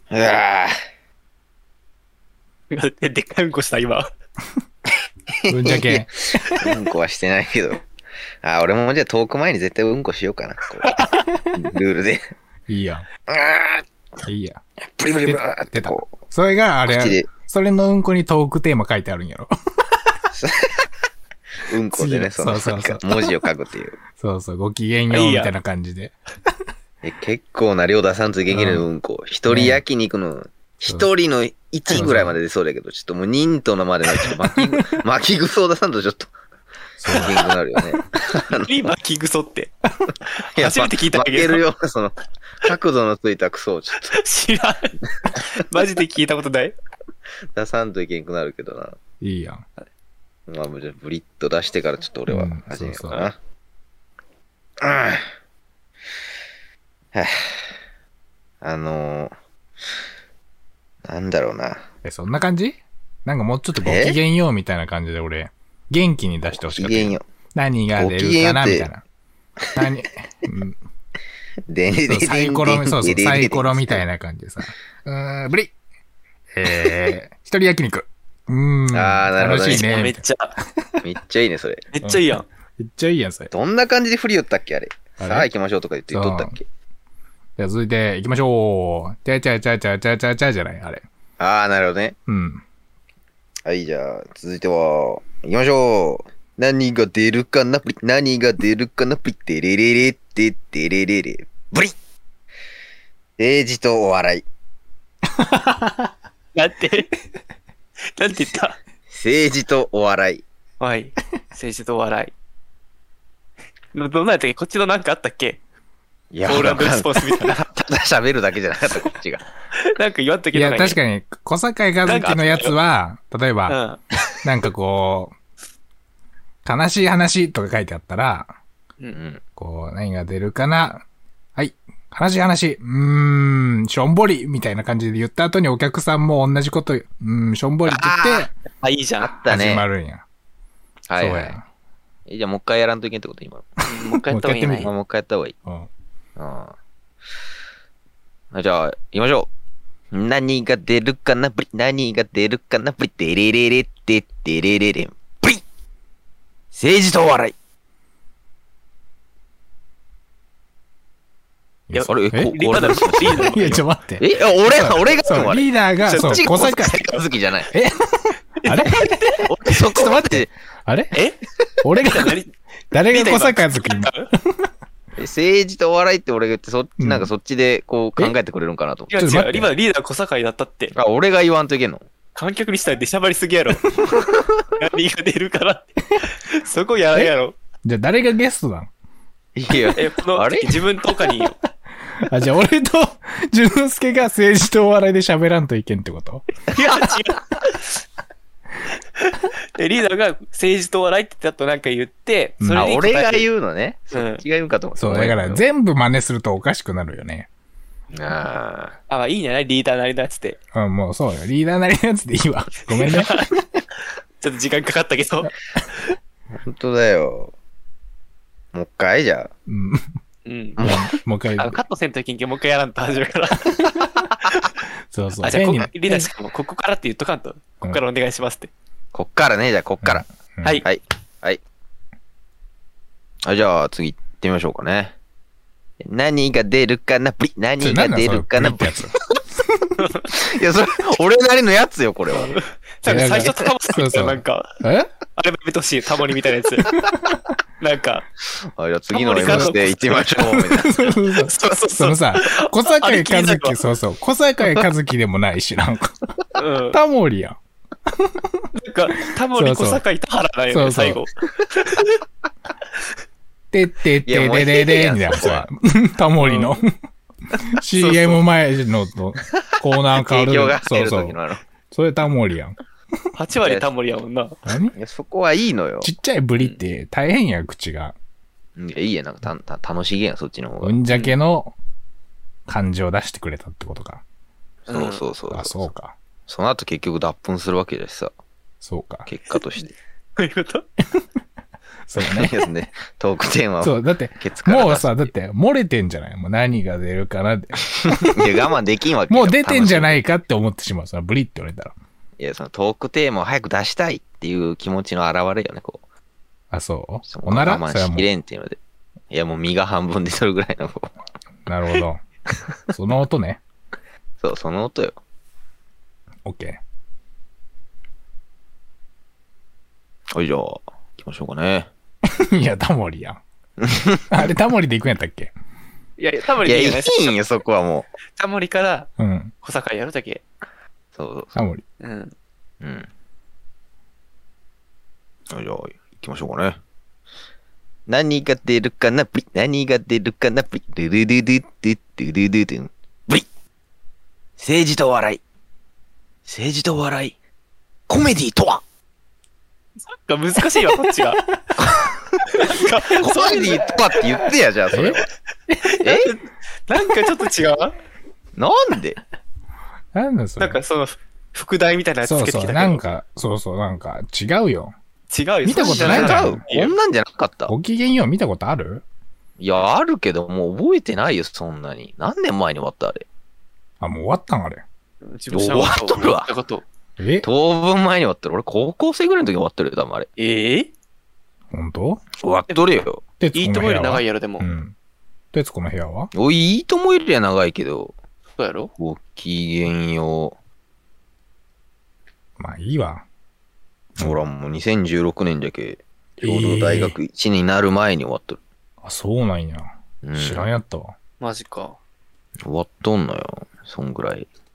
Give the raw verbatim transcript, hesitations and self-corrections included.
うわででっかいうんこした今。 うんじゃけ。 ーうんこはしてないけど。あ、俺もじゃあトーク前に絶対うんこしようかな。こうルールで。 いいやん。 あいいや。 ブリブリブリっ出たてこう。 それがあ口でれ、それのうんこにトークテーマ書いてあるんやろ。 うんこでね、そのそうそうそう文字を書くっていう。 そうそう、ごきげんようみたいな感じで。 え結構な量出さんといけんけど、うんこ。一人焼肉の、一人のいちぐらいまで出そうだけど、ちょっともう人とのまでの、ちょっと巻き、巻きぐそを出さんとちょっと、そう、元気になるよね。 何巻きぐそって。 いや初めて聞いたんだけど。 巻けるような、その、角度のついたクソをちょっと知らん。マジで聞いたことない。 出さんといけんくなるけどな。 いいやん。 まあ、もうじゃあブリッと出してからちょっと俺はうん始めようかそうな。うんはああのー、なんだろうな。 え、そんな感じなんかもうちょっとごきげんようみたいな感じで俺、元気に出してほしかった。 ごきげんよ何が出るかなみたいな。何、うん、 でででそうサイコロ、そうそう、サイコロみたいな。 な感じでさ。うーん、ブリえー、一人焼肉。うーん、 あーなるほどね楽しいね。 めっちゃ、 めっちゃいいね、それ。 めっちゃいいやん。 めっちゃいいやん、それ。 どんな感じで振りよったっけ、あれ。 あれさあ行きましょうとか言って言っとったっけ。 じゃあ続いて行きましょう。ちゃいちゃいちゃいちゃいちゃいちゃいちゃいじゃないあれ。 ああ、なるほどね。 うん。 はい、じゃあ、続いては、行きましょう。何が出るかな、プリ。何が出るかな、プリ。テレレレテテレレレ。ブリ。政治とお笑い。 なんて、なんて言った。 政治とお笑い。 はい。政治と笑い。どどんなんやったっけこっちのなんかあったっけいや、 コールアンドレスポわかんンスみたいな。 ただ喋るだけじゃなかった、こっちが。 なんか言わんときいや、確かに、小坂井和樹のやつは、例えば、 うん。 なんかこう、悲しい話とか書いてあったら、 う。 うんん。 こう、何が出るかなはい。悲しい話。うーん、しょんぼりみたいな感じで言った後にお客さんも同じこと、うーん、しょんぼりって言って、 あ、いいじゃん。 あったね。 始まるんや。 はいはい。 そうや。 えじゃあ、もう一回やらんといけんってこと、今。 うんもう一回やった方がいいねもう一回やってみる。 もう一回やった方がいい。 うん。 ああ。じゃあ、行きましょう。何が出るかな、ブリ。何が出るかな、ブリ。テレレレテテレレレン。ブリ。政治とお笑い。 いやあれえ、 えこリーダーだろリーダーだろいや、ちょ、待って。 え、あ俺が、俺がそう、リーダーが、そう、 小小坂坂井。 和樹じゃない。 えあれ俺そこ待って。 あれえ俺が、 何誰が小坂井和樹え政治とお笑いって俺が言って、そっち、 うんなんかそっちでこう考えてくれるんかなと思って。 違う違う。 ちょっと待って今リーダー小堺だったって。 あ、俺が言わんといけんの観客にしたら出しゃばりすぎやろ。何が出るからって。そこやらんやろ。 じゃあ誰がゲストなんいや、 え、この、 あれ自分とかにいいよ。 あ、じゃあ俺と、淳之介が政治とお笑いで喋らんといけんってこといや、違う。え、リーダーが政治と笑いってちょっとなんか言って、そあ、 れに俺がう。 言うのね。 うんそっちが言うかと思った。 そう、だから全部真似するとおかしくなるよね。 ああ、いいんじゃないリーダーなりのやつで。 うん、もうそうよ。リーダーなりのやつでいいわ。ごめんね。 ちょっと時間かかったけど。 あ、本当だよ。もう一回じゃあ。 うん。 うん。 もうもう一回あの、。カットせんときんけもう一回やらんと始めるから。 そうそう。 あ、じゃあ、こ変にリーダーしかも、ここからって言っとかんと。ここからお願いしますって。 こっからね、じゃあこっから。 うんはい。 はい。はい。あ、じゃあ次行ってみましょうかね。何が出るかな、プリ。何が出るかな、プリ。 プリってやいや、それ、俺なりのやつよ、これは。 なんか最初タモさんみたいそうそうな、なんか、 つ。えあれもやめてほしい、タモリみたいなやつ。なんか、 あ、じゃあ次の M ステ行ってみましょう、みたいな。 そうそうそう。 そうそうそう。 そのさ、小坂井あれ聞いた和樹、 わそうそう。小坂井和樹でもないし、なんか。 うん。 タモリやん。 なんか、タモリ小堺田原なんよね、 そうそう最後。 てってっていやもうれれれみたいなそこはさ。タモリの シーエム 前のとコーナー変わる。 影響がそうそう入る時。のあの。 それタモリやん。 はち割タモリやもんな。 何いや、そこはいいのよ。 ちっちゃいブリって大変や、口が。 いや、いいや、なんかた、た、楽しげやん、そっちの方が。 うんじゃけの感じを出してくれたってことか。 そうそうそう。 あ、そうか。 その後結局脱粉するわけだしさ、 そうか。 結果として。 どういうことそうね。 ですね。トークテーマを。 そう、だって、 ケツから出すもうさ、だって、漏れてんじゃないもう何が出るかなって。 いや、我慢できんわけよ。 もう出てんじゃい。 ないかって思ってしまう。そのブリって言われたら。 いや、そのトークテーマを早く出したいっていう気持ちの表れよね、こう。 あ、そうそのおなら我それはもう。 慢しきれんっていうので。いや、もう身が半分でそれぐらいの、こう。 なるほど。その音ね。 そう、その音よ。 オッケはい、じゃあ、行きましょうかね。 ー。いや、タモリやん。あれタモリで行くんやったっけ？ いやいや、タモリいや、いでいいよね。 いんよ、そこはもう。 タモリからうん。 小坂やるだけ。 そうそうタモリ。 うん。 うん。はい、じゃあ、行きましょうかね。何が出るかな、プリ。何が出るかな、プリ。ルルルルルルルルルルン。プリ。政治と笑い。政治と笑い。コメディとはなんか難しいわ、こっちが。なんか、 コメディとはって言ってや、じゃあ、それは。えなんかちょっと違うわ。 なんでなんだそれ。 なんかその、副題みたいなやつそうそう。 つけてきたけど。 なんか、そうそう、なんか、違うよ。 違うよ。 見たことない違じゃんう。こんなんじゃなかった。 ご機嫌よう見たことある？ いや、あるけど、もう覚えてないよ、そんなに。何年前に終わったあれ。 あ、もう終わったんあれ。 自分知らなかった終わっとるわ終わったこと。 え当分前に終わってる。俺、高校生ぐらいの時終わってるよ、多分あれ。 ええ本当？ 終わっとるよ。 徹子いいともよりの部屋は長いやろ、でもう。ん。徹子の部屋はおい、いいともよりは長いけど、 そうやろ？ ごきげんよまあいいわ。 う。ほら、もうにせんじゅうろくねんじゃけ、 えちょうど大学いちになる前に終わっとる。 あ、そうなんや。 うん知らんやったわ。 マジか。 終わっとんのよ。そんぐらい。